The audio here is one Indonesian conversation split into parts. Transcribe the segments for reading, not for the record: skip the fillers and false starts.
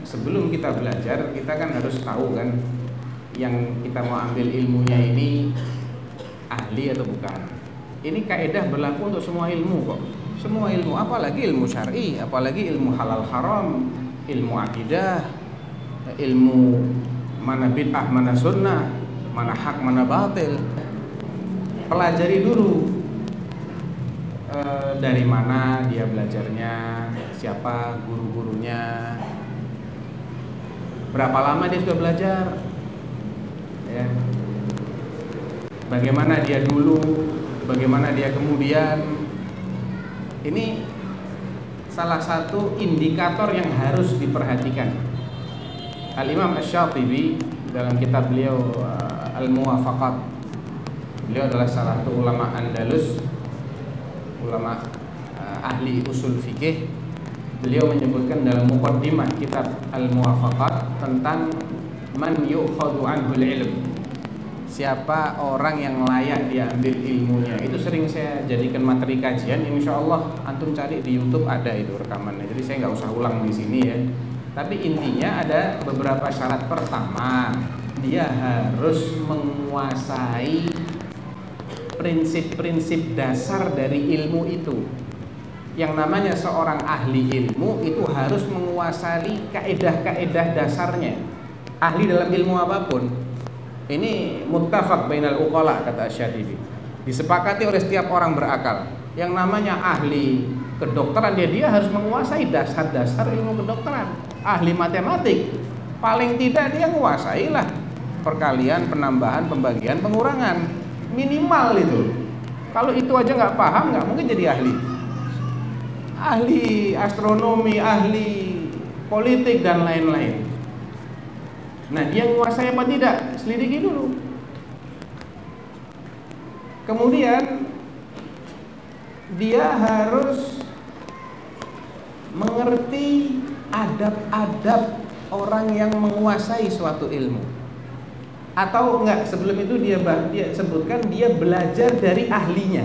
sebelum kita belajar kita kan harus tahu kan yang kita mau ambil ilmunya ini ahli atau bukan. Ini kaidah berlaku untuk semua ilmu kok. Semua ilmu, apalagi ilmu syar'i, apalagi ilmu halal haram, ilmu akidah, ilmu mana bid'ah, mana sunnah, mana hak, mana batil. Pelajari dulu dari mana dia belajarnya, siapa guru-gurunya, berapa lama dia sudah belajar, ya. Bagaimana dia dulu, bagaimana dia kemudian. Ini salah satu indikator yang harus diperhatikan. Al-Imam Asy-Syatibi dalam kitab beliau Al-Muwafaqat, beliau adalah salah satu ulama Andalus, ulama ahli usul fikih. Beliau menyebutkan dalam muqaddimah kitab Al-Muwafaqat tentang man yu'khadhu anhu al-ilm, siapa orang yang layak diambil ilmunya. Itu sering saya jadikan materi kajian. Insyaallah antum cari di YouTube ada itu rekamannya. Jadi saya nggak usah ulang di sini ya. Tapi intinya ada beberapa syarat. Pertama, dia harus menguasai prinsip-prinsip dasar dari ilmu itu. Yang namanya seorang ahli ilmu itu harus menguasai kaedah-kaedah dasarnya. Ahli dalam ilmu apapun. Ini muttafaq bainal uqala, kata Asy-Syatibi. Disepakati oleh setiap orang berakal. Yang namanya ahli kedokteran, dia harus menguasai dasar-dasar ilmu kedokteran. Ahli matematik, paling tidak dia menguasailah perkalian, penambahan, pembagian, pengurangan. Minimal itu. Kalau itu aja nggak paham, nggak mungkin jadi ahli. Ahli astronomi, ahli politik dan lain-lain. Nah, dia menguasai apa tidak? Selidiki dulu. Kemudian dia harus mengerti adab-adab orang yang menguasai suatu ilmu. Atau enggak, sebelum itu dia sebutkan dia belajar dari ahlinya.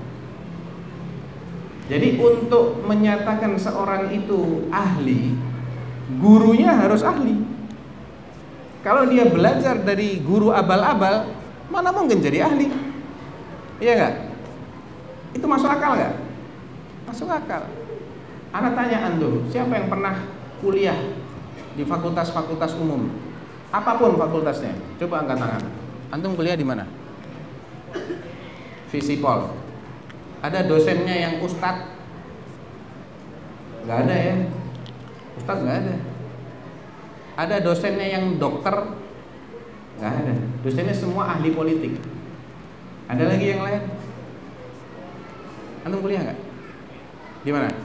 Jadi untuk menyatakan seorang itu ahli, gurunya harus ahli. Kalau dia belajar dari guru abal-abal, mana mungkin jadi ahli? Iya enggak? Itu masuk akal enggak? Masuk akal. Ana tanya antum, siapa yang pernah kuliah di fakultas-fakultas umum? Apapun fakultasnya, coba angkat tangan. Antum kuliah di mana? Visipol. Ada dosennya yang ustadz? Enggak ada ya? Ustadz enggak ada. Ada dosennya yang dokter? Nggak ada. Dosennya semua ahli politik. Ada lagi yang lain? Antum kuliah nggak? Di mana?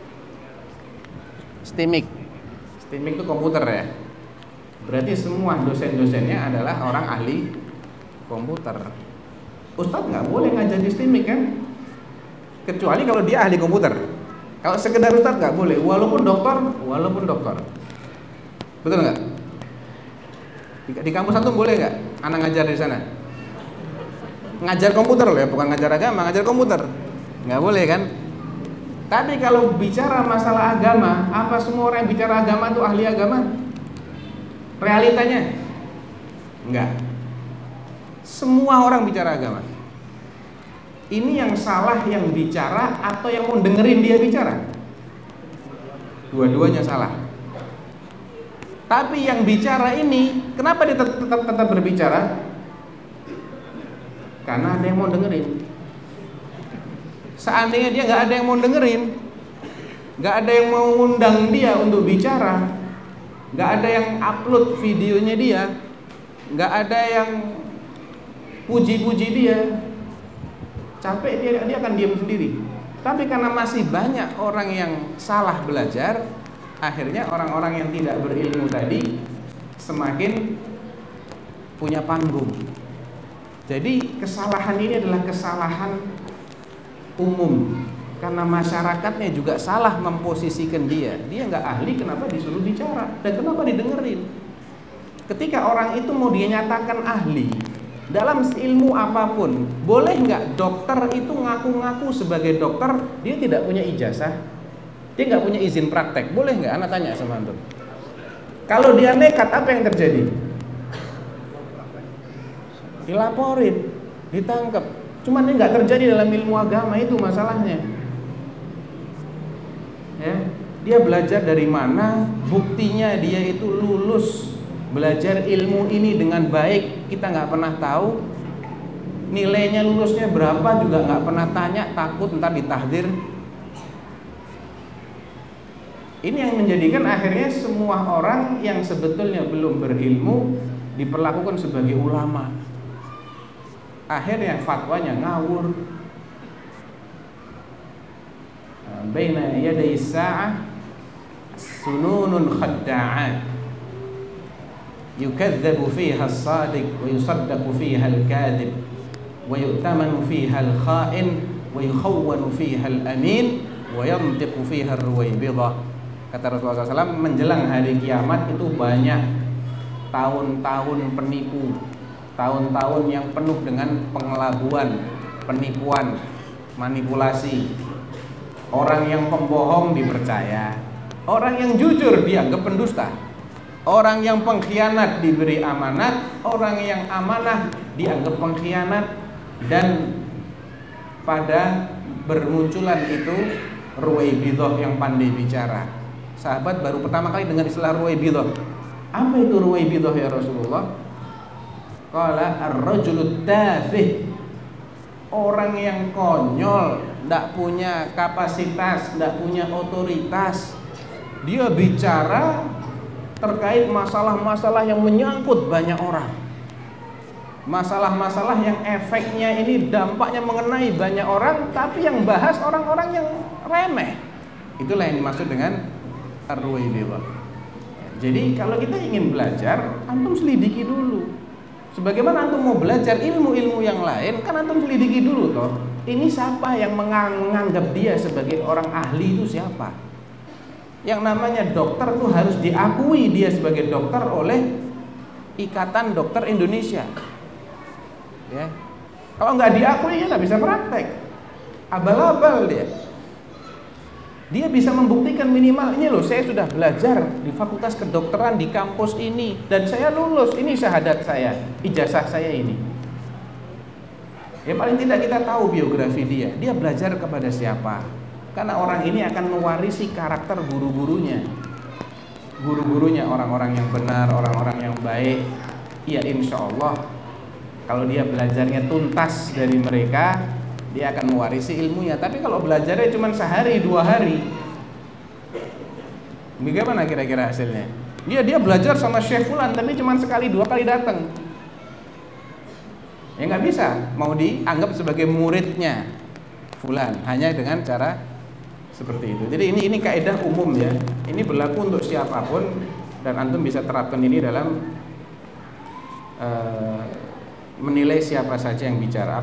STIMIK. STIMIK itu komputer ya. Berarti semua dosen-dosennya adalah orang ahli komputer. Ustadz nggak boleh ngajar di STIMIK kan? Kecuali kalau dia ahli komputer. Kalau sekedar ustadz nggak boleh, walaupun dokter. Betul nggak? Di kampus antum boleh nggak anak ngajar di sana? Ngajar komputer loh ya, bukan ngajar agama, ngajar komputer. Nggak boleh kan? Tapi kalau bicara masalah agama, apa semua orang yang bicara agama itu ahli agama? Realitanya? Enggak. Semua orang bicara agama. Ini yang salah yang bicara atau yang mau dengerin dia bicara? Dua-duanya salah. Tapi yang bicara ini, kenapa dia tetap berbicara? Karena ada yang mau dengerin. Seandainya dia nggak ada yang mau dengerin, nggak ada yang mau undang dia untuk bicara, nggak ada yang upload videonya dia, nggak ada yang puji-puji dia, capek dia akan diam sendiri. Tapi karena masih banyak orang yang salah belajar, akhirnya orang-orang yang tidak berilmu tadi semakin punya panggung. Jadi kesalahan ini adalah kesalahan umum, karena masyarakatnya juga salah memposisikan dia. Dia nggak ahli, kenapa disuruh bicara dan kenapa didengerin? Ketika orang itu mau dinyatakan ahli dalam ilmu apapun, boleh nggak dokter itu ngaku-ngaku sebagai dokter, dia tidak punya ijazah, dia nggak punya izin praktek, boleh nggak? Anak tanya sama antum. Kalau dia nekat, apa yang terjadi? Dilaporin, ditangkap. Cuman ini nggak terjadi dalam ilmu agama, itu masalahnya. Ya, dia belajar dari mana? Buktinya dia itu lulus belajar ilmu ini dengan baik, kita nggak pernah tahu. Nilainya lulusnya berapa juga nggak pernah tanya, takut ntar ditahdir. Ini yang menjadikan akhirnya semua orang yang sebetulnya belum berilmu diperlakukan sebagai ulama. Akhirnya fatwanya ngawur. Baina yaday sa'ah sununun khadda'at yukadzabu fiha as-sadiq wa yusaddaqu fiha al-kadhib wa yu'tamanu fiha al-kha'in wa yukhawwanu fiha al-amin wa yantiqu fiha ar-ruwaybidah. Kata Rasulullah SAW, menjelang hari kiamat itu banyak tahun-tahun penipu, tahun-tahun yang penuh dengan pengelabuan, penipuan, manipulasi. Orang yang pembohong dipercaya, orang yang jujur dianggap pendusta, orang yang pengkhianat diberi amanat, orang yang amanah dianggap pengkhianat. Dan pada bermunculan itu Ruwaybidah yang pandai bicara. Sahabat baru pertama kali dengar istilah Ruwaybidah. Apa itu Ruwaybidah ya Rasulullah? Qala ar-rajulut tafih, orang yang konyol, tidak punya kapasitas, tidak punya otoritas. Dia bicara terkait masalah-masalah yang menyangkut banyak orang, masalah-masalah yang efeknya ini dampaknya mengenai banyak orang, tapi yang bahas orang-orang yang remeh. Itulah yang dimaksud dengan ar-Ruwaybidah. Jadi kalau kita ingin belajar, antum selidiki dulu. Sebagaimana antum mau belajar ilmu-ilmu yang lain, kan antum selidiki dulu toh. Ini siapa yang menganggap dia sebagai orang ahli, itu siapa? Yang namanya dokter tuh harus diakui dia sebagai dokter oleh Ikatan Dokter Indonesia. Ya. Kalau nggak diakui dia nggak bisa praktek. Abal-abal dia. Dia bisa membuktikan minimal, ini loh saya sudah belajar di fakultas kedokteran di kampus ini dan saya lulus, ini syahadat saya, ijazah saya ini. Ya paling tidak kita tahu biografi dia, dia belajar kepada siapa. Karena orang ini akan mewarisi karakter guru-gurunya. Guru-gurunya orang-orang yang benar, orang-orang yang baik. Ya insya Allah kalau dia belajarnya tuntas dari mereka, dia akan mewarisi ilmunya. Tapi kalau belajarnya cuma sehari 2 hari, bagaimana kira-kira hasilnya? Dia belajar sama Syekh Fulan tapi cuma sekali 2 kali datang. Ya nggak bisa mau dianggap sebagai muridnya Fulan hanya dengan cara seperti itu. Jadi ini kaidah umum ya. Ini berlaku untuk siapapun dan antum bisa terapkan ini dalam menilai siapa saja yang bicara.